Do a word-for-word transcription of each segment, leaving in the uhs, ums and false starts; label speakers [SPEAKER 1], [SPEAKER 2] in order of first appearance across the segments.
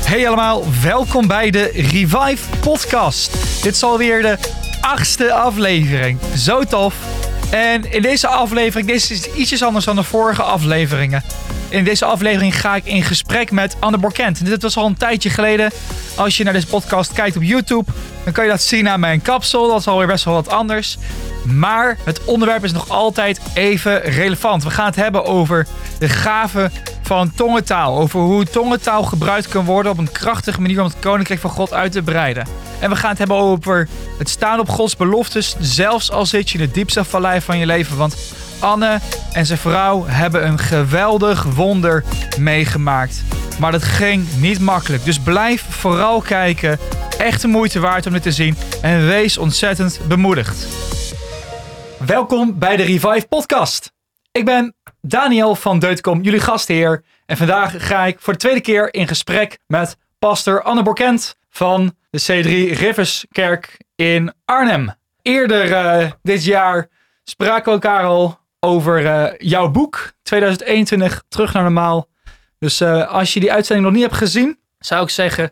[SPEAKER 1] Hey allemaal, welkom bij de Revive podcast. Dit is alweer de achtste aflevering. Zo tof. En in deze aflevering, dit is ietsjes anders dan de vorige afleveringen. In deze aflevering ga ik in gesprek met Anne Borkent. Dit was al een tijdje geleden. Als je naar deze podcast kijkt op YouTube, dan kan je dat zien aan mijn kapsel. Dat is alweer best wel wat anders. Maar het onderwerp is nog altijd even relevant. We gaan het hebben over de gave van tongentaal. Over hoe tongentaal gebruikt kan worden op een krachtige manier om het koninkrijk van God uit te breiden. En we gaan het hebben over het staan op Gods beloftes, zelfs al zit je in de diepste vallei van je leven. Want Anne en zijn vrouw hebben een geweldig wonder meegemaakt. Maar dat ging niet makkelijk. Dus blijf vooral kijken. Echt de moeite waard om dit te zien. En wees ontzettend bemoedigd. Welkom bij de Revive podcast. Ik ben Daniel van Deutecom, jullie gastheer. En vandaag ga ik voor de tweede keer in gesprek met pastor Anne Borkent van de C drie Riverskerk in Arnhem. Eerder uh, dit jaar spraken we elkaar al over uh, jouw boek twintig eenentwintig, Terug naar Normaal. Dus uh, als je die uitzending nog niet hebt gezien, zou ik zeggen,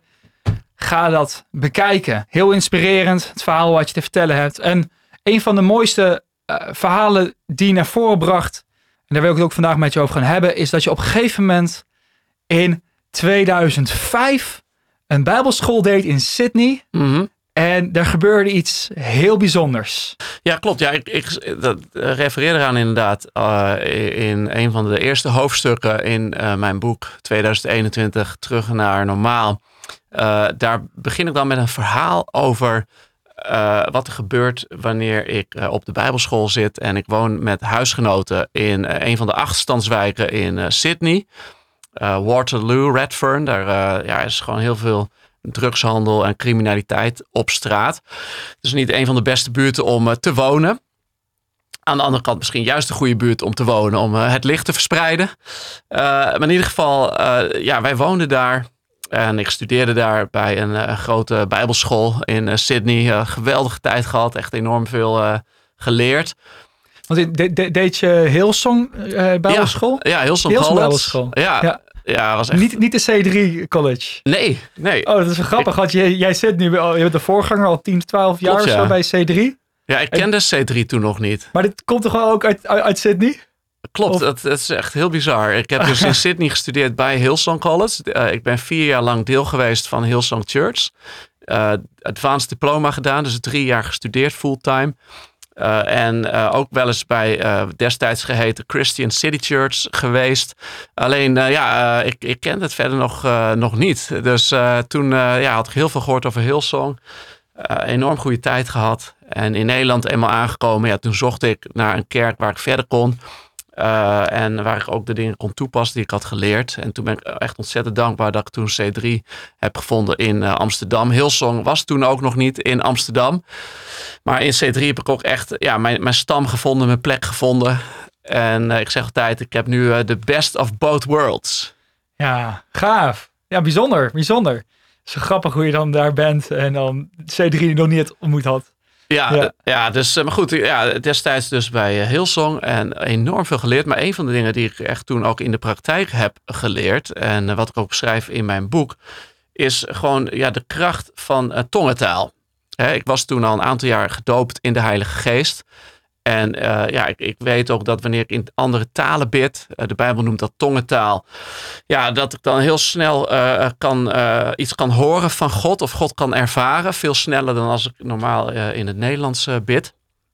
[SPEAKER 1] ga dat bekijken. Heel inspirerend, het verhaal wat je te vertellen hebt. En een van de mooiste uh, verhalen die je naar voren bracht, en daar wil ik het ook vandaag met je over gaan hebben, is dat je op een gegeven moment in tweeduizend vijf een bijbelschool deed in Sydney.
[SPEAKER 2] Mm-hmm.
[SPEAKER 1] En er gebeurde iets heel bijzonders.
[SPEAKER 2] Ja, klopt. Ja, ik, ik dat, refereer eraan inderdaad uh, in een van de eerste hoofdstukken in uh, mijn boek twintig eenentwintig, Terug naar Normaal. Uh, daar begin ik dan met een verhaal over uh, wat er gebeurt wanneer ik uh, op de bijbelschool zit. En ik woon met huisgenoten in uh, een van de achterstandswijken in uh, Sydney. Uh, Waterloo, Redfern. Daar uh, ja, is gewoon heel veel drugshandel en criminaliteit op straat. Het is niet een van de beste buurten om uh, te wonen. Aan de andere kant misschien juist de goede buurt om te wonen, om uh, het licht te verspreiden. Uh, maar in ieder geval, uh, ja, wij woonden daar. En ik studeerde daar bij een, een grote bijbelschool in uh, Sydney. Uh, geweldige tijd gehad, echt enorm veel uh, geleerd.
[SPEAKER 1] Want de, de, deed je Hillsong uh, bijbelschool?
[SPEAKER 2] Ja, ja Hillsong,
[SPEAKER 1] Hillsong
[SPEAKER 2] bijbelschool. Ja, ja. Ja, was echt...
[SPEAKER 1] Niet, niet de C drie College?
[SPEAKER 2] Nee, nee.
[SPEAKER 1] Oh, dat is wel grappig. Ik... Want jij, jij zit nu, je bent de voorganger al tien, twaalf jaar Klopt, of zo ja. bij C drie.
[SPEAKER 2] Ja, ik kende en... C drie toen nog niet.
[SPEAKER 1] Maar dit komt toch wel ook uit, uit, uit Sydney?
[SPEAKER 2] Klopt, dat, dat is echt heel bizar. Ik heb dus in Sydney gestudeerd bij Hillsong College. Uh, ik ben vier jaar lang deel geweest van Hillsong Church. Uh, advanced diploma gedaan, dus drie jaar gestudeerd fulltime. Uh, en uh, ook wel eens bij uh, destijds geheten Christian City Church geweest. Alleen, uh, ja, uh, ik, ik kende het verder nog, uh, nog niet. Dus uh, toen uh, ja, had ik heel veel gehoord over Hillsong. Uh, enorm goede tijd gehad. En in Nederland eenmaal aangekomen. Ja, toen zocht ik naar een kerk waar ik verder kon. Uh, en waar ik ook de dingen kon toepassen die ik had geleerd. En toen ben ik echt ontzettend dankbaar dat ik toen C drie heb gevonden in uh, Amsterdam. Hillsong was toen ook nog niet in Amsterdam. Maar in C drie heb ik ook echt ja, mijn, mijn stam gevonden, mijn plek gevonden. En uh, ik zeg altijd, ik heb nu de uh, best of both worlds.
[SPEAKER 1] Ja, gaaf. Ja, bijzonder, bijzonder. Zo grappig hoe je dan daar bent en dan C drie nog niet ontmoet had.
[SPEAKER 2] Ja, ja. ja, dus maar goed, ja, destijds dus bij Hillsong en enorm veel geleerd. Maar een van de dingen die ik echt toen ook in de praktijk heb geleerd en wat ik ook beschrijf in mijn boek, is gewoon ja, de kracht van uh, tongentaal. He, ik was toen al een aantal jaar gedoopt in de Heilige Geest. En uh, ja, ik, ik weet ook dat wanneer ik in andere talen bid, uh, de Bijbel noemt dat tongentaal, ja, dat ik dan heel snel uh, kan, uh, iets kan horen van God of God kan ervaren. Veel sneller dan als ik normaal uh, in het Nederlands uh, bid.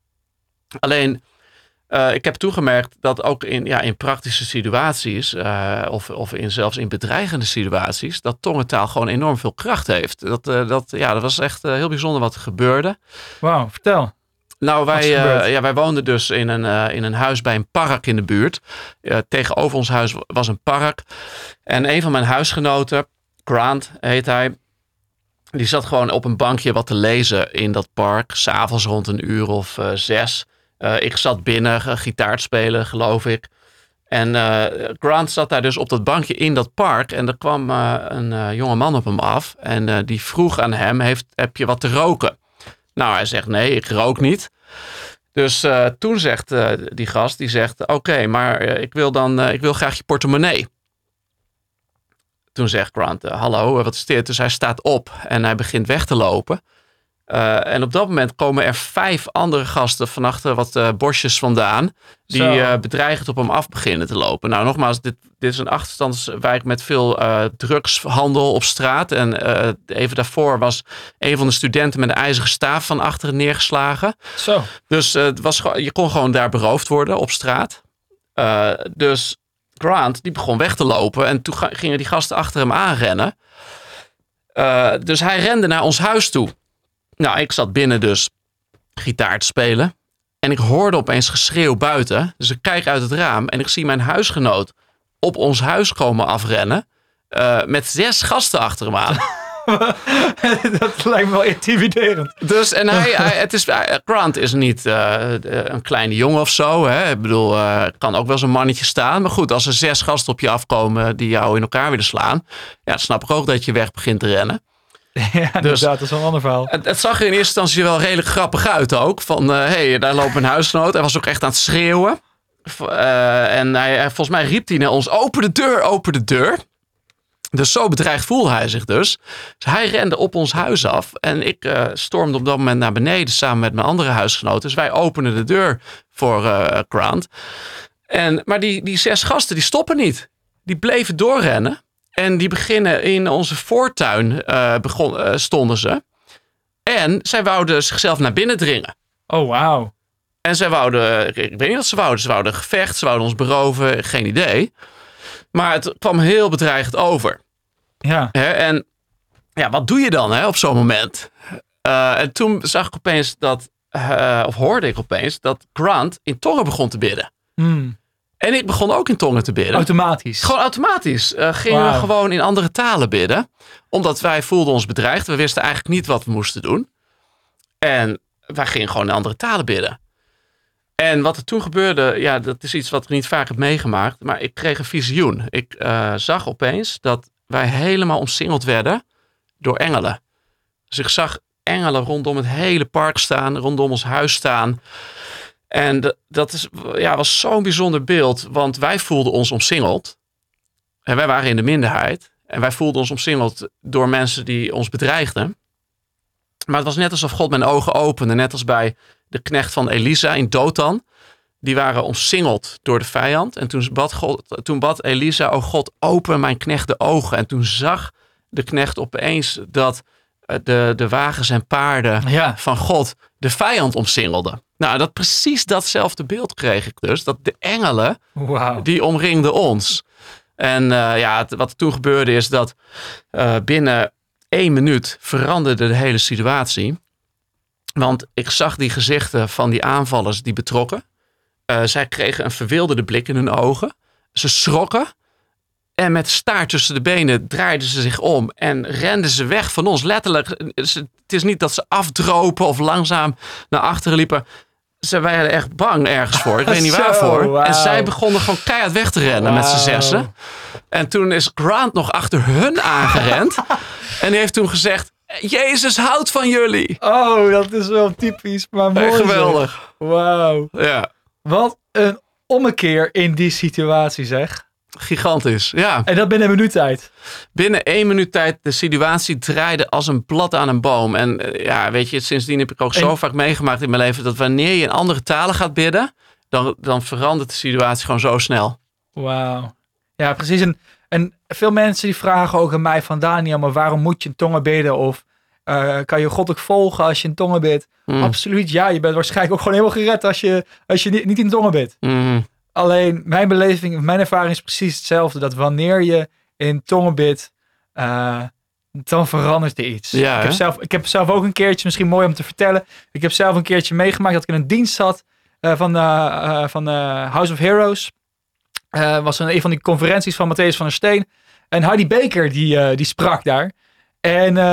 [SPEAKER 2] Alleen, uh, ik heb toegemerkt dat ook in, ja, in praktische situaties, uh, of, of in, zelfs in bedreigende situaties, dat tongentaal gewoon enorm veel kracht heeft. Dat, uh, dat, ja, dat was echt uh, heel bijzonder wat er gebeurde.
[SPEAKER 1] Wauw, vertel.
[SPEAKER 2] Nou, wij, uh, ja, wij woonden dus in een, uh, in een huis bij een park in de buurt. Uh, tegenover ons huis was een park. En een van mijn huisgenoten, Grant heet hij, die zat gewoon op een bankje wat te lezen in dat park. 's Avonds rond een uur of uh, zes. Uh, ik zat binnen, uh, gitaar te spelen, geloof ik. En uh, Grant zat daar dus op dat bankje in dat park. En er kwam uh, een uh, jonge man op hem af. En uh, die vroeg aan hem, heeft, heb je wat te roken? Nou, hij zegt nee, ik rook niet. Dus uh, toen zegt uh, die gast, die zegt, oké, okay, maar uh, ik wil dan, uh, ik wil graag je portemonnee. Toen toen zegt Grant, uh, hallo, wat is dit? Dus hij staat op en hij begint weg te lopen. Uh, en op dat moment komen er vijf andere gasten van achter wat uh, bosjes vandaan. Die uh, bedreigend op hem af beginnen te lopen. Nou, nogmaals, dit, dit is een achterstandswijk met veel uh, drugshandel op straat. En uh, even daarvoor was een van de studenten met een ijzeren staaf van achteren neergeslagen.
[SPEAKER 1] Zo.
[SPEAKER 2] Dus uh, het was, je kon gewoon daar beroofd worden op straat. Uh, dus Grant, die begon weg te lopen. En toen gingen die gasten achter hem aanrennen. Uh, dus hij rende naar ons huis toe. Nou, ik zat binnen dus gitaar te spelen. En ik hoorde opeens geschreeuw buiten. Dus ik kijk uit het raam en ik zie mijn huisgenoot op ons huis komen afrennen. Uh, met zes gasten achter hem aan.
[SPEAKER 1] Dat lijkt me wel intimiderend.
[SPEAKER 2] Dus, en hij, hij het is, Grant is niet uh, een kleine jongen of zo. Hè? Ik bedoel, uh, kan ook wel zo'n mannetje staan. Maar goed, als er zes gasten op je afkomen die jou in elkaar willen slaan. Ja, dan snap ik ook dat je weg begint te rennen.
[SPEAKER 1] Ja, inderdaad, dus, dat is wel een ander verhaal.
[SPEAKER 2] Het, het zag er in eerste instantie wel redelijk grappig uit ook. Van, hé, uh, hey, daar loopt een huisgenoot. Hij was ook echt aan het schreeuwen. Uh, en hij, volgens mij riep hij naar ons, open de deur, open de deur. Dus zo bedreigd voelde hij zich dus. Dus hij rende op ons huis af. En ik uh, stormde op dat moment naar beneden samen met mijn andere huisgenoten. Dus wij openden de deur voor uh, Grant. En, maar die, die zes gasten, die stoppen niet. Die bleven doorrennen. En die beginnen in onze voortuin uh, begon, uh, stonden ze. En zij wouden zichzelf naar binnen dringen.
[SPEAKER 1] Oh, wauw.
[SPEAKER 2] En zij wouden, ik weet niet wat ze wouden. Ze wouden gevecht, ze wouden ons beroven, geen idee. Maar het kwam heel bedreigend over.
[SPEAKER 1] Ja.
[SPEAKER 2] Hè? En ja, wat doe je dan hè, op zo'n moment? Uh, en toen zag ik opeens dat, uh, of hoorde ik opeens, dat Grant in tongen begon te bidden.
[SPEAKER 1] Hmm.
[SPEAKER 2] En ik begon ook in tongen te bidden.
[SPEAKER 1] Automatisch?
[SPEAKER 2] Gewoon automatisch. Uh, gingen wow. we gewoon in andere talen bidden. Omdat wij voelden ons bedreigd. We wisten eigenlijk niet wat we moesten doen. En wij gingen gewoon in andere talen bidden. En wat er toen gebeurde, ja, dat is iets wat ik niet vaak heb meegemaakt. Maar ik kreeg een visioen. Ik uh, zag opeens dat wij helemaal omsingeld werden door engelen. Dus ik zag engelen rondom het hele park staan, rondom ons huis staan. En de, dat is, ja, was zo'n bijzonder beeld, want wij voelden ons omsingeld. En wij waren in de minderheid. En wij voelden ons omsingeld door mensen die ons bedreigden. Maar het was net alsof God mijn ogen opende, net als bij de knecht van Elisa in Dothan. Die waren omsingeld door de vijand. En toen bad, God, toen bad Elisa, o God, open mijn knecht de ogen. En toen zag de knecht opeens dat de, de wagens en paarden
[SPEAKER 1] ja.
[SPEAKER 2] van God de vijand omsingelden. Nou, dat precies datzelfde beeld kreeg ik dus. Dat de engelen,
[SPEAKER 1] wow.
[SPEAKER 2] die omringden ons. En uh, ja, het, wat er toen gebeurde is dat uh, binnen één minuut veranderde de hele situatie. Want ik zag die gezichten van die aanvallers die betrokken. Uh, zij kregen een verwilderde blik in hun ogen. Ze schrokken. En met staart tussen de benen draaiden ze zich om. En renden ze weg van ons. Letterlijk. Het is niet dat ze afdropen of langzaam naar achteren liepen. Ze waren echt bang ergens voor. Ik weet niet
[SPEAKER 1] Zo,
[SPEAKER 2] waarvoor.
[SPEAKER 1] wow.
[SPEAKER 2] En zij begonnen gewoon keihard weg te rennen wow. met z'n zessen. En toen is Grant nog achter hun aangerend. En die heeft toen gezegd, Jezus houdt van jullie.
[SPEAKER 1] Oh, dat is wel typisch, maar mooi.
[SPEAKER 2] Geweldig.
[SPEAKER 1] Wauw.
[SPEAKER 2] Ja.
[SPEAKER 1] Wat een ommekeer in die situatie, zeg.
[SPEAKER 2] Gigantisch, ja.
[SPEAKER 1] En dat binnen een minuut tijd.
[SPEAKER 2] Binnen één minuut tijd, de situatie draaide als een blad aan een boom. En uh, ja, weet je, sindsdien heb ik ook en... zo vaak meegemaakt in mijn leven, dat wanneer je in andere talen gaat bidden, dan, dan verandert de situatie gewoon zo snel.
[SPEAKER 1] Wauw. Ja, precies. En, en veel mensen die vragen ook aan mij van, Daniel, maar waarom moet je in tongen bidden? Of uh, kan je God ook volgen als je in tongen bidt? Mm. Absoluut, ja. Je bent waarschijnlijk ook gewoon helemaal gered als je, als je niet, niet in tongen bidt.
[SPEAKER 2] Mm.
[SPEAKER 1] Alleen mijn beleving, mijn ervaring is precies hetzelfde. Dat wanneer je in tongen bidt, uh, dan verandert er iets.
[SPEAKER 2] Ja,
[SPEAKER 1] ik, heb zelf, ik heb zelf ook een keertje, misschien mooi om te vertellen. Ik heb zelf een keertje meegemaakt dat ik in een dienst zat uh, van, uh, uh, van uh, House of Heroes. Uh, was een, een van die conferenties van Matthäus van der Steen. En Heidi Baker die, uh, die sprak daar. En uh,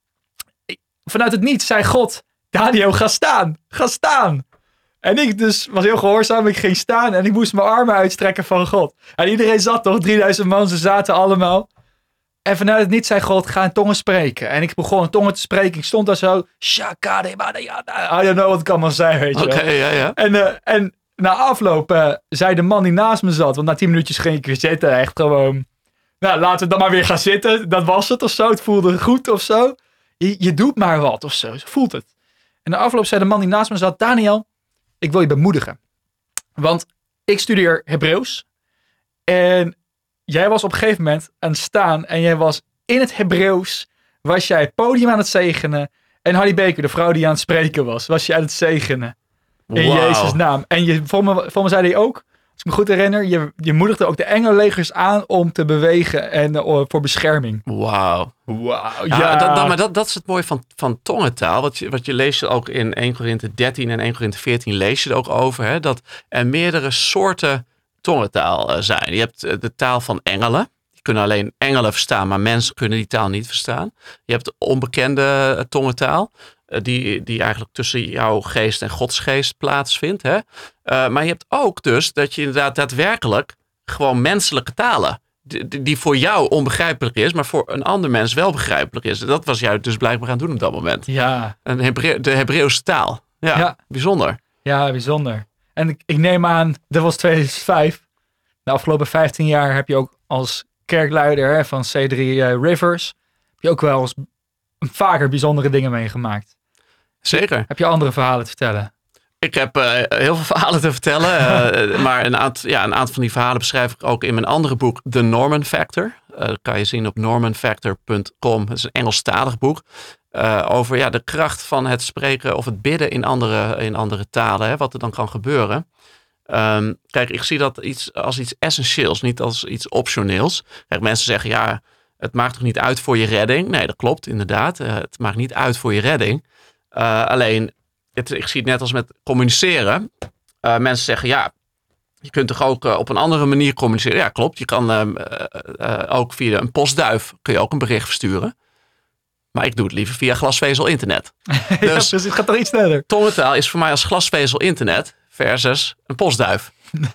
[SPEAKER 1] vanuit het niets zei God, Daniel, ga staan, ga staan. En ik dus was heel gehoorzaam, ik ging staan en ik moest mijn armen uitstrekken van God. En iedereen zat toch, drieduizend man, ze zaten allemaal. En vanuit het niets zei God, ga in tongen spreken. En ik begon in tongen te spreken, ik stond daar zo, I don't know wat ik allemaal zei, weet je wel.
[SPEAKER 2] Oké, okay, ja, ja.
[SPEAKER 1] En, uh, en na afloop uh, zei de man die naast me zat, want na tien minuutjes ging ik weer zitten, echt gewoon nou, laten we dan maar weer gaan zitten. Dat was het of zo. Het voelde goed of zo. Je, je doet maar wat of zo. Zo voelt het. En de afloop zei de man die naast me zat, Daniel, ik wil je bemoedigen. Want ik studeer Hebreeuws. En jij was op een gegeven moment aan het staan en jij was in het Hebreeuws, was jij het podium aan het zegenen. En Harry Baker, de vrouw die aan het spreken was, was je aan het zegenen. In
[SPEAKER 2] Wow.
[SPEAKER 1] Jezus' naam. En je, voor, me, voor me zei hij ook, als ik me goed herinner, je, je moedigde ook de engelenlegers aan om te bewegen en uh, voor bescherming.
[SPEAKER 2] Wauw.
[SPEAKER 1] Wauw.
[SPEAKER 2] Ja,
[SPEAKER 1] Ja,
[SPEAKER 2] dat, dat, maar dat, dat is het mooie van, van tongentaal. Wat je, wat je leest ook in Eerste Korinthe dertien en Eerste Korinthe veertien lees je er ook over. Hè, dat er meerdere soorten tongentaal uh, zijn. Je hebt uh, de taal van engelen. Die kunnen alleen engelen verstaan, maar mensen kunnen die taal niet verstaan. Je hebt de onbekende uh, tongentaal. Uh, die, die eigenlijk tussen jouw geest en Gods geest plaatsvindt. Hè? Uh, maar je hebt ook dus dat je inderdaad daadwerkelijk gewoon menselijke talen. Die, die voor jou onbegrijpelijk is, maar voor een ander mens wel begrijpelijk is. Dat was jij dus blijkbaar aan het doen op dat moment.
[SPEAKER 1] ja,
[SPEAKER 2] Een Hebre- de Hebreeuwse taal. Ja,
[SPEAKER 1] Ja.
[SPEAKER 2] bijzonder.
[SPEAKER 1] ja, bijzonder. En ik, ik neem aan, dat was tweeduizend vijf. De afgelopen vijftien jaar heb je ook als kerkleider hè, van C drie uh, Rivers, heb je ook wel eens vaker bijzondere dingen meegemaakt.
[SPEAKER 2] Zeker.
[SPEAKER 1] Heb je andere verhalen te vertellen?
[SPEAKER 2] Ik heb uh, heel veel verhalen te vertellen. Uh, maar een aantal, ja, een aantal van die verhalen beschrijf ik ook in mijn andere boek, The Norman Factor. Uh, dat kan je zien op norman factor punt com. Het is een Engelstalig boek. Uh, over ja, de kracht van het spreken of het bidden in andere, in andere talen. Hè, wat er dan kan gebeuren. Um, kijk, ik zie dat iets als iets essentieels, niet als iets optioneels. Kijk, mensen zeggen, ja, het maakt toch niet uit voor je redding? Nee, dat klopt inderdaad. Uh, het maakt niet uit voor je redding. Uh, alleen, het, ik zie het net als met communiceren. Uh, mensen zeggen, ja, je kunt toch ook uh, op een andere manier communiceren? Ja, klopt. Je kan uh, uh, ook via een postduif kun je ook een bericht versturen. Maar ik doe het liever via glasvezel internet.
[SPEAKER 1] Ja,
[SPEAKER 2] Dus
[SPEAKER 1] dus het gaat toch iets sneller.
[SPEAKER 2] tongentaal is voor mij als glasvezel internet versus een postduif.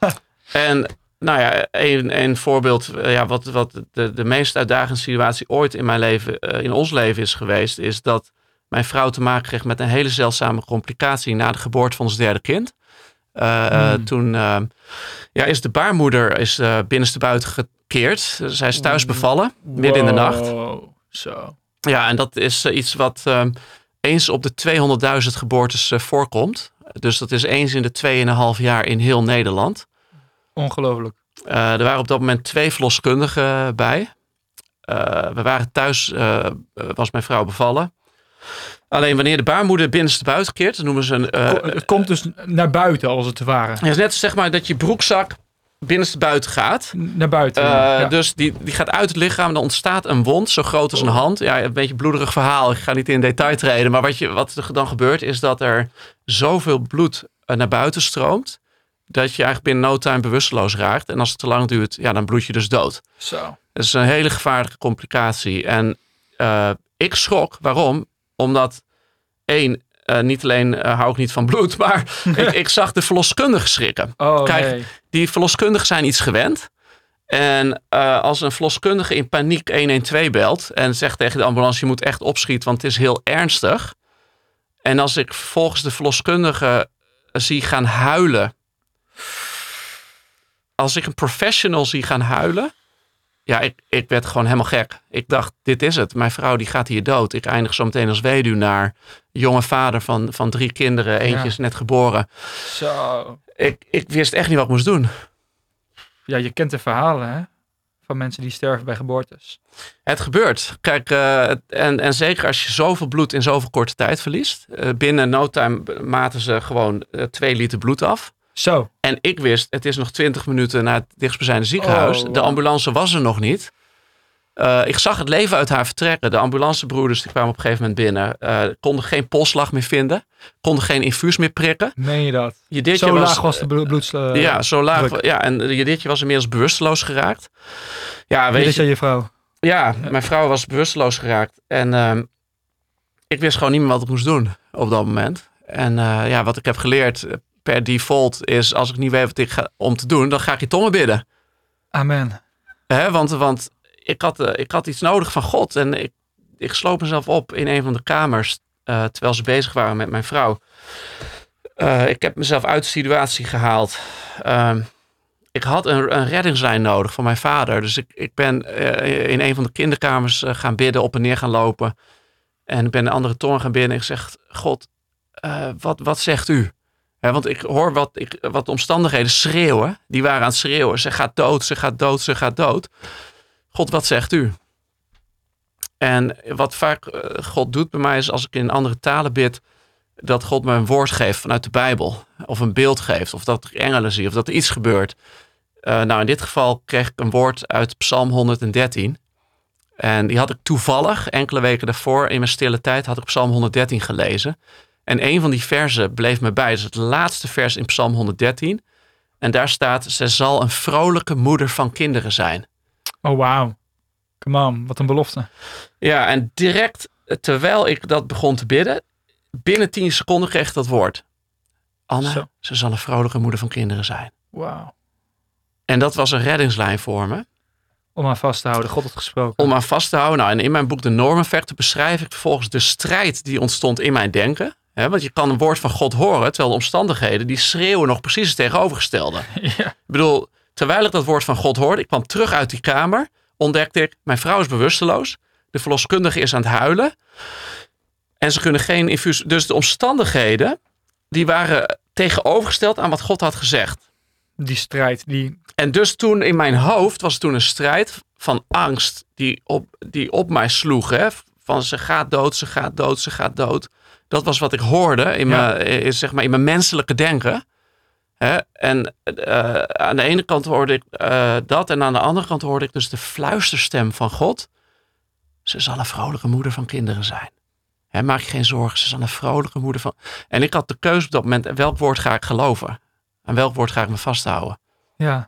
[SPEAKER 2] En nou ja, een, een voorbeeld, ja, wat, wat de, de meest uitdagende situatie ooit in mijn leven, uh, in ons leven is geweest, is dat mijn vrouw te maken kreeg met een hele zeldzame complicatie na de geboorte van ons derde kind. Uh, hmm. Toen uh, ja, is de baarmoeder is, uh, binnenstebuiten gekeerd. Zij is thuis bevallen, midden in de nacht.
[SPEAKER 1] Zo.
[SPEAKER 2] Ja, en dat is uh, iets wat uh, eens op de tweehonderdduizend geboortes uh, voorkomt. Dus dat is eens in de tweeënhalf jaar in heel Nederland.
[SPEAKER 1] Ongelooflijk.
[SPEAKER 2] Uh, er waren op dat moment twee verloskundigen bij. Uh, we waren thuis, uh, was mijn vrouw bevallen. Alleen wanneer de baarmoeder binnenstebuiten keert, dan noemen ze een... Uh,
[SPEAKER 1] het komt dus naar buiten, als het ware.
[SPEAKER 2] Het is net zeg maar dat je broekzak binnenstebuiten gaat.
[SPEAKER 1] Naar buiten,
[SPEAKER 2] uh,
[SPEAKER 1] ja.
[SPEAKER 2] Dus die, die gaat uit het lichaam en dan ontstaat een wond zo groot als een hand. Ja, een beetje een bloederig verhaal. Ik ga niet in detail treden. Maar wat, je, wat er dan gebeurt is dat er zoveel bloed naar buiten stroomt, dat je eigenlijk binnen no time bewusteloos raakt. En als het te lang duurt, ja, dan bloed je dus dood.
[SPEAKER 1] Zo.
[SPEAKER 2] Dat is een hele gevaarlijke complicatie. En uh, ik schrok. Waarom? Omdat één, uh, niet alleen uh, hou ik niet van bloed, maar ik, ik zag de verloskundigen schrikken.
[SPEAKER 1] Oh,
[SPEAKER 2] Kijk,
[SPEAKER 1] nee.
[SPEAKER 2] die verloskundigen zijn iets gewend. En uh, als een verloskundige in paniek honderdtwaalf belt en zegt tegen de ambulance, je moet echt opschieten, want het is heel ernstig. En als ik vervolgens de verloskundige zie gaan huilen, als ik een professional zie gaan huilen, ja, ik, ik werd gewoon helemaal gek. Ik dacht, dit is het. Mijn vrouw die gaat hier dood. Ik eindig zo meteen als weduwnaar. Jonge vader van, van drie kinderen. Eentje
[SPEAKER 1] Ja.
[SPEAKER 2] is net geboren.
[SPEAKER 1] Zo.
[SPEAKER 2] Ik, ik wist echt niet wat ik moest doen.
[SPEAKER 1] Ja, je kent de verhalen, hè? Van mensen die sterven bij geboortes.
[SPEAKER 2] Het gebeurt. Kijk, uh, en, en zeker als je zoveel bloed in zoveel korte tijd verliest. Uh, binnen no time maten ze gewoon uh, twee liter bloed af.
[SPEAKER 1] Zo.
[SPEAKER 2] En ik wist, het is nog twintig minuten naar het dichtstbijzijnde ziekenhuis.
[SPEAKER 1] Oh, wow.
[SPEAKER 2] De ambulance was er nog niet. Uh, ik zag het leven uit haar vertrekken. De ambulancebroeders die kwamen op een gegeven moment binnen. Uh, konden geen polsslag meer vinden. Konden geen infuus meer prikken.
[SPEAKER 1] Meen je dat?
[SPEAKER 2] Je ditje
[SPEAKER 1] Zo
[SPEAKER 2] was,
[SPEAKER 1] laag was de blo- bloedsla-
[SPEAKER 2] Ja, zo laag.
[SPEAKER 1] druk.
[SPEAKER 2] Ja, en je ditje was inmiddels bewusteloos geraakt. Ja, weet
[SPEAKER 1] Dit is
[SPEAKER 2] je,
[SPEAKER 1] aan je vrouw.
[SPEAKER 2] ja, mijn vrouw was bewusteloos geraakt. En uh, ik wist gewoon niet meer wat ik moest doen op dat moment. En uh, ja, wat ik heb geleerd per default is, als ik niet weet wat ik ga om te doen, dan ga ik je tongen bidden.
[SPEAKER 1] Amen.
[SPEAKER 2] Hè, want want ik, had, uh, ik had iets nodig van God. En ik, ik sloop mezelf op in een van de kamers, uh, terwijl ze bezig waren met mijn vrouw. Uh, ik heb mezelf uit de situatie gehaald. Uh, ik had een, een reddingslijn nodig van mijn vader. Dus ik, ik ben uh, in een van de kinderkamers uh, gaan bidden, op en neer gaan lopen. En ik ben een andere toren gaan bidden. En ik zeg, God, uh, wat, wat zegt u? He, want ik hoor wat, ik, wat omstandigheden schreeuwen. Die waren aan het schreeuwen. Ze gaat dood, ze gaat dood, ze gaat dood. God, wat zegt u? En wat vaak uh, God doet bij mij is als ik in andere talen bid, dat God me een woord geeft vanuit de Bijbel. Of een beeld geeft. Of dat ik engelen zie. Of dat er iets gebeurt. Uh, nou, in dit geval kreeg ik een woord uit Psalm honderddertien. En die had ik toevallig enkele weken daarvoor in mijn stille tijd had ik Psalm honderddertien gelezen. En een van die versen bleef me bij. Dat is het laatste vers in Psalm honderddertien. En daar staat, zij zal een vrolijke moeder van kinderen zijn.
[SPEAKER 1] Oh, wauw. Come on, wat een belofte.
[SPEAKER 2] Ja, en direct terwijl ik dat begon te bidden, binnen tien seconden kreeg ik dat woord. Anne, Zo. Ze zal een vrolijke moeder van kinderen zijn.
[SPEAKER 1] Wauw.
[SPEAKER 2] En dat was een reddingslijn voor me.
[SPEAKER 1] Om aan vast te houden, God had gesproken.
[SPEAKER 2] Om aan vast te houden. Nou, en in mijn boek De Normenvechter beschrijf ik vervolgens de strijd die ontstond in mijn denken. He, want je kan een woord van God horen, terwijl de omstandigheden, die schreeuwen nog precies het tegenovergestelde.
[SPEAKER 1] Ja.
[SPEAKER 2] Ik bedoel, terwijl ik dat woord van God hoorde, ik kwam terug uit die kamer, ontdekte ik, mijn vrouw is bewusteloos, de verloskundige is aan het huilen en ze kunnen geen infuus. Dus de omstandigheden, die waren tegenovergesteld aan wat God had gezegd.
[SPEAKER 1] Die strijd, die...
[SPEAKER 2] En dus toen in mijn hoofd was het toen een strijd van angst die op, die op mij sloeg. Hè? Van ze gaat dood, ze gaat dood, ze gaat dood. Dat was wat ik hoorde in, ja. mijn, zeg maar in mijn menselijke denken. Hè? En uh, aan de ene kant hoorde ik uh, dat. En aan de andere kant hoorde ik dus de fluisterstem van God. Ze zal een vrolijke moeder van kinderen zijn. Hè, maak je geen zorgen, ze zal een vrolijke moeder van... En ik had de keuze op dat moment, welk woord ga ik geloven? Aan welk woord ga ik me vasthouden?
[SPEAKER 1] Ja.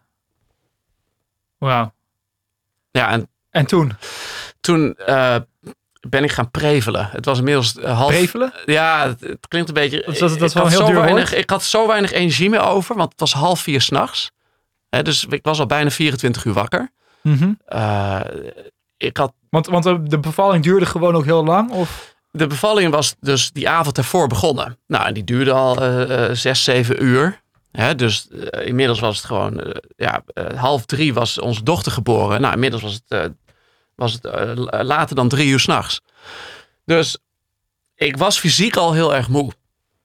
[SPEAKER 1] Wauw.
[SPEAKER 2] Ja, en,
[SPEAKER 1] en toen?
[SPEAKER 2] Toen uh, ben ik gaan prevelen. Het was inmiddels half...
[SPEAKER 1] Prevelen?
[SPEAKER 2] Ja, het, het klinkt een beetje...
[SPEAKER 1] Dat, dat, dat is wel
[SPEAKER 2] een
[SPEAKER 1] heel duur
[SPEAKER 2] weinig,
[SPEAKER 1] woord.
[SPEAKER 2] Ik had zo weinig energie meer over, want het was half vier 's nachts. Dus ik was al bijna vierentwintig uur wakker.
[SPEAKER 1] Mm-hmm.
[SPEAKER 2] Uh, ik had...
[SPEAKER 1] Want, want de bevalling duurde gewoon ook heel lang? Of?
[SPEAKER 2] De bevalling was dus die avond ervoor begonnen. Nou, en die duurde al uh, uh, zes, zeven uur. Hè, dus uh, inmiddels was het gewoon... Uh, ja, uh, half drie was onze dochter geboren. Nou, inmiddels was het, uh, was het uh, later dan drie uur 's nachts. Dus ik was fysiek al heel erg moe.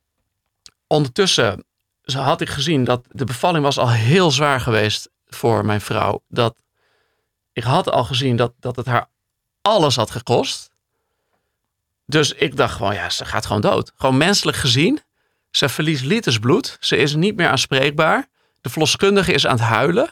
[SPEAKER 2] Ondertussen had ik gezien dat de bevalling was al heel zwaar geweest voor mijn vrouw. Dat ik had al gezien dat, dat het haar alles had gekost. Dus ik dacht gewoon, ja, ze gaat gewoon dood. Gewoon menselijk gezien. Ze verliest liters bloed. Ze is niet meer aanspreekbaar. De verloskundige is aan het huilen.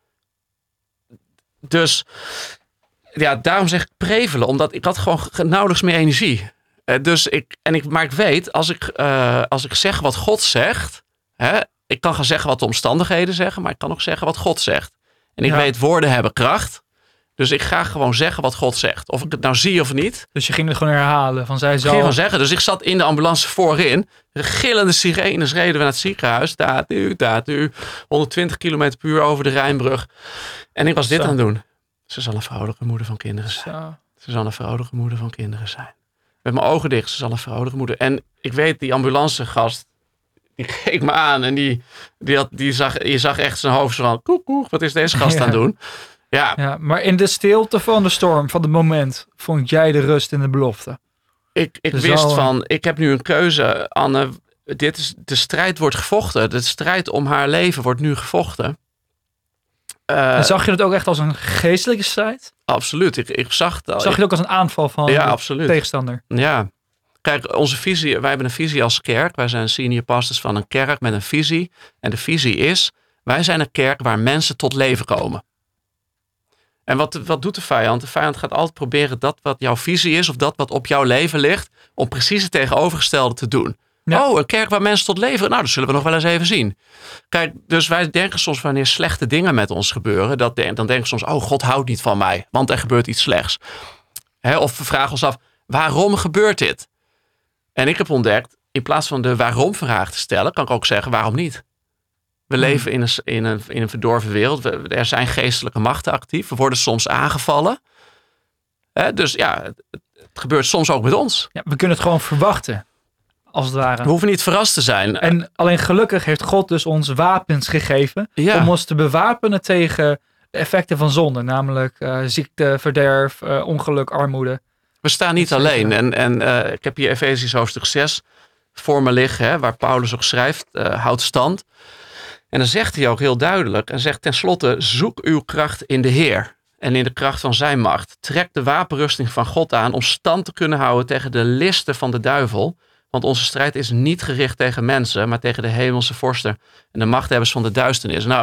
[SPEAKER 2] Dus ja, daarom zeg ik prevelen. Omdat ik had gewoon nauwelijks meer energie. Uh, dus ik, en ik, maar ik weet, als ik, uh, als ik zeg wat God zegt. Hè, ik kan gaan zeggen wat de omstandigheden zeggen. Maar ik kan ook zeggen wat God zegt. En ik
[SPEAKER 1] ja.
[SPEAKER 2] weet, woorden hebben kracht. Dus ik ga gewoon zeggen wat God zegt. Of ik het nou zie of niet.
[SPEAKER 1] Dus je ging het gewoon herhalen. Van zij
[SPEAKER 2] zal... Ik ging gewoon zeggen. Dus ik zat in de ambulance voorin. Gillende sirenes reden we naar het ziekenhuis. Daat u, daat u. honderdtwintig kilometer per uur over de Rijnbrug. En ik was dit Zo. aan het doen. Ze zal een vrolijke moeder van kinderen zijn. Zo. Ze zal een vrolijke moeder van kinderen zijn. Met mijn ogen dicht. Ze zal een vrolijke moeder. En ik weet, die ambulancegast, die keek me aan. En die, die, had, die zag, je zag echt zijn hoofd zo van, koek, koek, wat is deze gast ja. aan het doen? Ja.
[SPEAKER 1] ja, maar in de stilte van de storm, van het moment, vond jij de rust in de belofte?
[SPEAKER 2] Ik, ik
[SPEAKER 1] dus
[SPEAKER 2] wist
[SPEAKER 1] al...
[SPEAKER 2] van, ik heb nu een keuze, Anne. Dit is, de strijd wordt gevochten. De strijd om haar leven wordt nu gevochten.
[SPEAKER 1] Uh, en zag je het ook echt als een geestelijke strijd?
[SPEAKER 2] Absoluut. Ik, ik zag het al.
[SPEAKER 1] Zag je het ook als een aanval van
[SPEAKER 2] ja,
[SPEAKER 1] de
[SPEAKER 2] absoluut.
[SPEAKER 1] tegenstander?
[SPEAKER 2] Ja. Kijk, onze visie, wij hebben een visie als kerk. Wij zijn senior pastors van een kerk met een visie. En de visie is, wij zijn een kerk waar mensen tot leven komen. En wat, wat doet de vijand? De vijand gaat altijd proberen dat wat jouw visie is, of dat wat op jouw leven ligt, om precies het tegenovergestelde te doen. Ja. Oh, een kerk waar mensen tot leven, nou, dat zullen we nog wel eens even zien. Kijk, dus wij denken soms wanneer slechte dingen met ons gebeuren, dat de, dan denken we soms, oh, God houdt niet van mij, want er gebeurt iets slechts. He, of we vragen ons af, waarom gebeurt dit? En ik heb ontdekt, in plaats van de waarom vraag te stellen, kan ik ook zeggen, waarom niet? We hmm. leven in een, in, een, in een verdorven wereld. We, er zijn geestelijke machten actief. We worden soms aangevallen. He, dus ja, het, het gebeurt soms ook met ons.
[SPEAKER 1] Ja, we kunnen het gewoon verwachten. als het ware.
[SPEAKER 2] We hoeven niet verrast te zijn.
[SPEAKER 1] En alleen gelukkig heeft God dus ons wapens gegeven
[SPEAKER 2] Ja.
[SPEAKER 1] om ons te bewapenen tegen de effecten van zonde. Namelijk uh, ziekte, verderf, uh, ongeluk, armoede.
[SPEAKER 2] We staan niet
[SPEAKER 1] Dat is
[SPEAKER 2] alleen.
[SPEAKER 1] zeker.
[SPEAKER 2] En, en uh, ik heb hier Efesiërs hoofdstuk zes voor me liggen, hè, waar Paulus ook schrijft, uh, houd stand. En dan zegt hij ook heel duidelijk, en zegt tenslotte, zoek uw kracht in de Heer en in de kracht van zijn macht. Trek de wapenrusting van God aan om stand te kunnen houden tegen de listen van de duivel. Want onze strijd is niet gericht tegen mensen, maar tegen de hemelse vorsten en de machthebbers van de duisternis. Nou,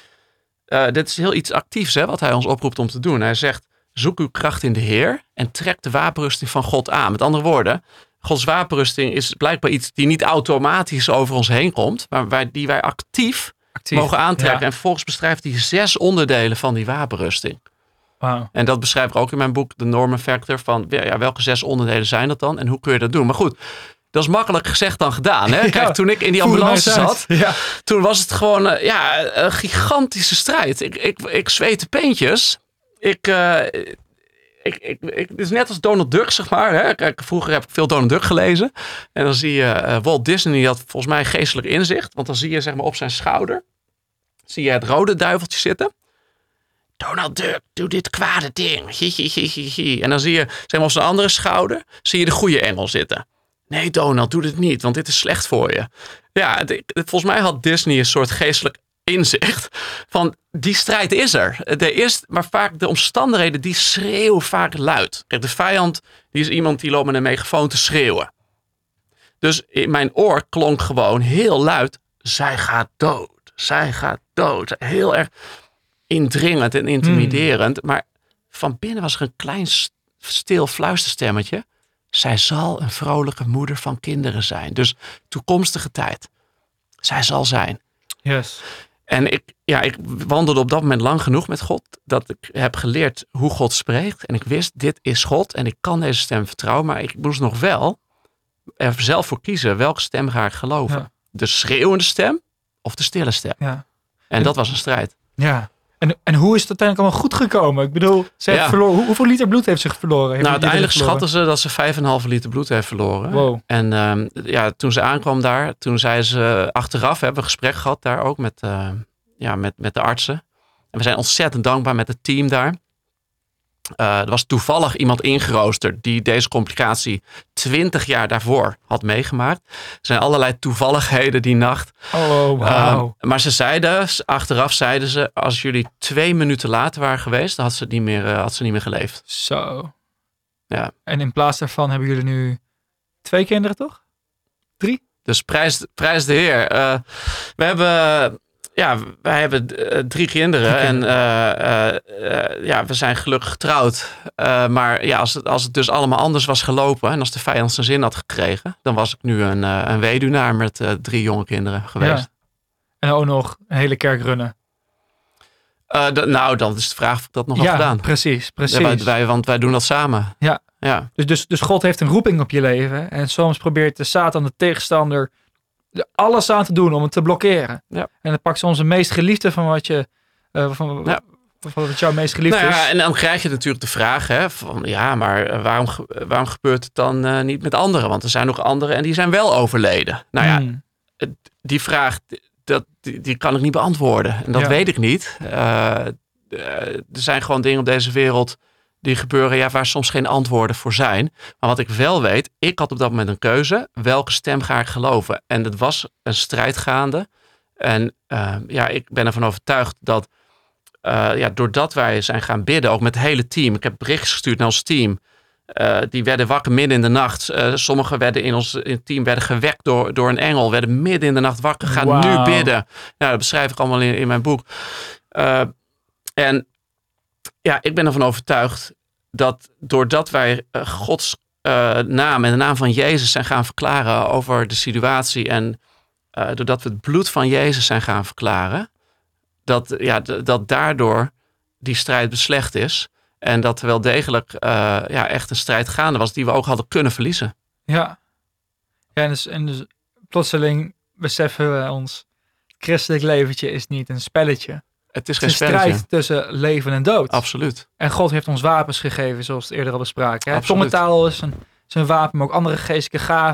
[SPEAKER 2] uh, dit is heel iets actiefs, hè, wat hij ons oproept om te doen. Hij zegt, zoek uw kracht in de Heer en trek de wapenrusting van God aan. Met andere woorden, Gods wapenrusting is blijkbaar iets die niet automatisch over ons heen komt, maar wij, die wij actief, actief mogen aantrekken. Ja. En vervolgens beschrijft hij zes onderdelen van die wapenrusting.
[SPEAKER 1] Wow.
[SPEAKER 2] En dat beschrijf ik ook in mijn boek, The Norman Factor, van ja, welke zes onderdelen zijn dat dan en hoe kun je dat doen? Maar goed, dat is makkelijk gezegd dan gedaan. Hè? Kijk, ja, toen ik in die ambulance zat, ja. toen was het gewoon uh, ja, een gigantische strijd. Ik, ik, ik zweette peentjes. Ik... Uh, Ik, ik, ik, het is net als Donald Duck, zeg maar. Hè? Kijk, vroeger heb ik veel Donald Duck gelezen. En dan zie je uh, Walt Disney, die had volgens mij geestelijk inzicht. Want dan zie je zeg maar, op zijn schouder, zie je het rode duiveltje zitten. Donald Duck, doe dit kwade ding. Hi, hi, hi, hi, hi. En dan zie je zeg maar, op zijn andere schouder, zie je de goede engel zitten. Nee, Donald, doe dit niet, want dit is slecht voor je. Ja, het, het, volgens mij had Disney een soort geestelijk inzicht van die strijd is er. Er is, maar vaak de omstandigheden die schreeuwen vaak luid. Kijk, de vijand die is iemand die loopt met een megafoon te schreeuwen. Dus in mijn oor klonk gewoon heel luid, zij gaat dood. Zij gaat dood. Heel erg indringend en intimiderend. Mm. Maar van binnen was er een klein stil fluisterstemmetje. Zij zal een vrolijke moeder van kinderen zijn. Dus toekomstige tijd. Zij zal zijn.
[SPEAKER 1] Yes.
[SPEAKER 2] En ik, ja, ik wandelde op dat moment lang genoeg met God, dat ik heb geleerd hoe God spreekt. En ik wist, dit is God en ik kan deze stem vertrouwen. Maar ik moest nog wel er zelf voor kiezen, welke stem ga ik geloven? Ja. De schreeuwende stem of de stille stem?
[SPEAKER 1] Ja.
[SPEAKER 2] En, en dat was een strijd.
[SPEAKER 1] Ja. En, en hoe is het uiteindelijk allemaal goed gekomen? Ik bedoel, ze heeft ja. verloren. Hoe, hoeveel liter bloed heeft ze verloren? Heeft
[SPEAKER 2] nou, uiteindelijk schatten ze dat ze vijf komma vijf liter bloed heeft verloren.
[SPEAKER 1] Wow.
[SPEAKER 2] En um, ja, toen ze aankwam daar, toen zei ze achteraf, hebben we een gesprek gehad daar ook met, uh, ja, met, met de artsen. En we zijn ontzettend dankbaar met het team daar. Uh, er was toevallig iemand ingeroosterd die deze complicatie twintig jaar daarvoor had meegemaakt. Er zijn allerlei toevalligheden die nacht.
[SPEAKER 1] Oh, wow. Uh,
[SPEAKER 2] maar ze zeiden, achteraf zeiden ze, als jullie twee minuten later waren geweest, dan had ze niet meer, uh, had ze niet meer geleefd.
[SPEAKER 1] Zo.
[SPEAKER 2] Ja.
[SPEAKER 1] En in plaats daarvan hebben jullie nu twee kinderen, toch? Drie?
[SPEAKER 2] Dus prijs, prijs de Heer. Uh, we hebben... Ja, wij hebben uh, drie kinderen okay. en uh, uh, uh, ja, we zijn gelukkig getrouwd. Uh, maar ja, als het, als het dus allemaal anders was gelopen en als de vijand zijn zin had gekregen, dan was ik nu een, uh, een weduwnaar met uh, drie jonge kinderen geweest. Ja.
[SPEAKER 1] En ook nog een hele kerk runnen.
[SPEAKER 2] Uh, d- nou, dan is de vraag of ik dat nog
[SPEAKER 1] ja,
[SPEAKER 2] had gedaan.
[SPEAKER 1] Precies, precies.
[SPEAKER 2] Ja, wij, wij, want wij doen dat samen.
[SPEAKER 1] Ja,
[SPEAKER 2] ja.
[SPEAKER 1] Dus, dus, dus God heeft een roeping op je leven en soms probeert de Satan, de tegenstander, er alles aan te doen om het te blokkeren.
[SPEAKER 2] Ja.
[SPEAKER 1] En dan pakt ze onze meest geliefde van wat je, uh, van,
[SPEAKER 2] ja.
[SPEAKER 1] van wat jouw meest geliefd
[SPEAKER 2] nou ja,
[SPEAKER 1] is.
[SPEAKER 2] En dan krijg je natuurlijk de vraag, hè, van ja, maar waarom, waarom gebeurt het dan uh, niet met anderen? Want er zijn nog anderen en die zijn wel overleden. Nou ja, hmm. die vraag, dat, die, die kan ik niet beantwoorden. En dat ja. weet ik niet. Uh, er zijn gewoon dingen op deze wereld die gebeuren, ja, waar soms geen antwoorden voor zijn. Maar wat ik wel weet, ik had op dat moment een keuze. Welke stem ga ik geloven? En het was een strijd gaande. En uh, ja, ik ben ervan overtuigd dat uh, ja, doordat wij zijn gaan bidden, ook met het hele team. Ik heb berichtjes gestuurd naar ons team. Uh, die werden wakker midden in de nacht. Uh, sommigen werden in ons in het team werden gewekt door, door een engel. Werden midden in de nacht wakker. Ga wow. nu bidden. Nou, dat beschrijf ik allemaal in, in mijn boek. Uh, en ja, ik ben ervan overtuigd dat doordat wij uh, Gods uh, naam en de naam van Jezus zijn gaan verklaren over de situatie en uh, doordat we het bloed van Jezus zijn gaan verklaren, dat, ja, d- dat daardoor die strijd beslecht is en dat er wel degelijk uh, ja, echt een strijd gaande was die we ook hadden kunnen verliezen.
[SPEAKER 1] Ja, ja en, dus, en dus plotseling beseffen we ons, christelijk leventje is niet een spelletje.
[SPEAKER 2] Het is
[SPEAKER 1] geen
[SPEAKER 2] het is
[SPEAKER 1] een strijd tussen leven en dood.
[SPEAKER 2] Absoluut.
[SPEAKER 1] En God heeft ons wapens gegeven, zoals we het eerder al bespraken. Tongentaal is een, is een wapen, maar ook andere geestelijke gaven.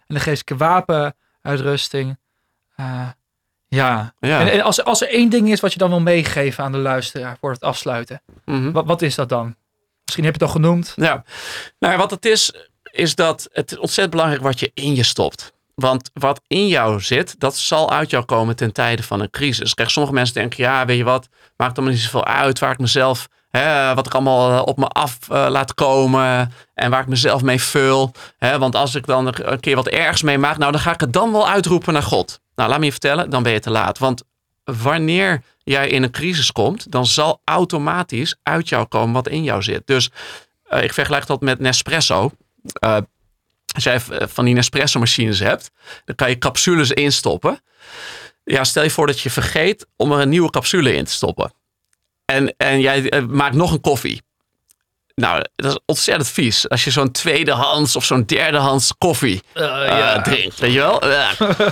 [SPEAKER 1] En de geestelijke wapenuitrusting. Uh, ja.
[SPEAKER 2] ja.
[SPEAKER 1] En, en als, als er één ding is wat je dan wil meegeven aan de luisteraar voor het afsluiten.
[SPEAKER 2] Mm-hmm.
[SPEAKER 1] Wat, wat is dat dan? Misschien heb je het al genoemd.
[SPEAKER 2] Ja. Nou, wat het is, is dat het ontzettend belangrijk wat je in je stopt. Want wat in jou zit, dat zal uit jou komen ten tijde van een crisis. Kijk, sommige mensen denken, ja, weet je wat, maakt allemaal niet zoveel uit waar ik mezelf, hè, wat ik allemaal op me af uh, laat komen en waar ik mezelf mee vul. Hè, want als ik dan een keer wat ergs meemaak, nou, dan ga ik het dan wel uitroepen naar God. Nou, laat me je vertellen, dan ben je te laat. Want wanneer jij in een crisis komt, dan zal automatisch uit jou komen wat in jou zit. Dus uh, ik vergelijk dat met Nespresso. Uh, Als jij van die Nespresso-machines hebt, dan kan je capsules instoppen. Ja, stel je voor dat je vergeet om er een nieuwe capsule in te stoppen. En, en jij maakt nog een koffie. Nou, dat is ontzettend vies. Als je zo'n tweedehands of zo'n derdehands koffie uh, uh, ja. drinkt, weet je wel? Uh.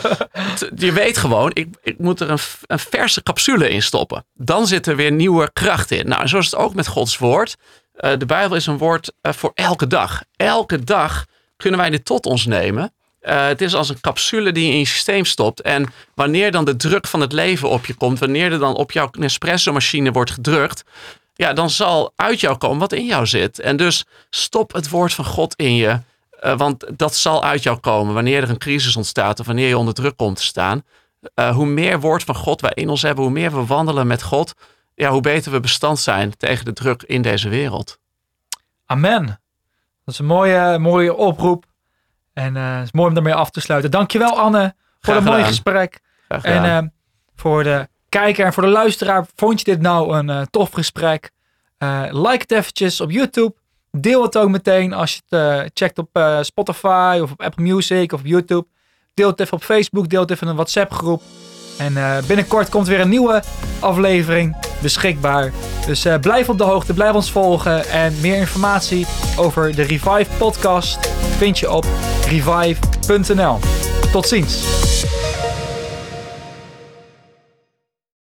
[SPEAKER 2] Je weet gewoon, ik, ik moet er een, een verse capsule in stoppen. Dan zit er weer nieuwe kracht in. Nou, en zo is het ook met Gods woord. Uh, de Bijbel is een woord uh, voor elke dag. Elke dag kunnen wij dit tot ons nemen. Uh, het is als een capsule die je in je systeem stopt. En wanneer dan de druk van het leven op je komt, wanneer er dan op jouw Nespresso-machine wordt gedrukt, ja, dan zal uit jou komen wat in jou zit. En dus stop het woord van God in je. Uh, want dat zal uit jou komen wanneer er een crisis ontstaat of wanneer je onder druk komt te staan. Uh, hoe meer woord van God wij in ons hebben, hoe meer we wandelen met God, ja, hoe beter we bestand zijn tegen de druk in deze wereld.
[SPEAKER 1] Amen. Dat is een mooie, mooie oproep. En uh, het is mooi om daarmee af te sluiten. Dankjewel Anne voor het mooie gesprek. En uh, voor de kijker en voor de luisteraar. Vond je dit nou een uh, tof gesprek? Uh, like het eventjes op YouTube. Deel het ook meteen als je het uh, checkt op uh, Spotify of op Apple Music of op YouTube. Deel het even op Facebook. Deel het even in een WhatsApp groep. En uh, binnenkort komt weer een nieuwe aflevering beschikbaar. Dus uh, blijf op de hoogte, blijf ons volgen. En meer informatie over de Revive podcast vind je op revive punt n l. Tot ziens.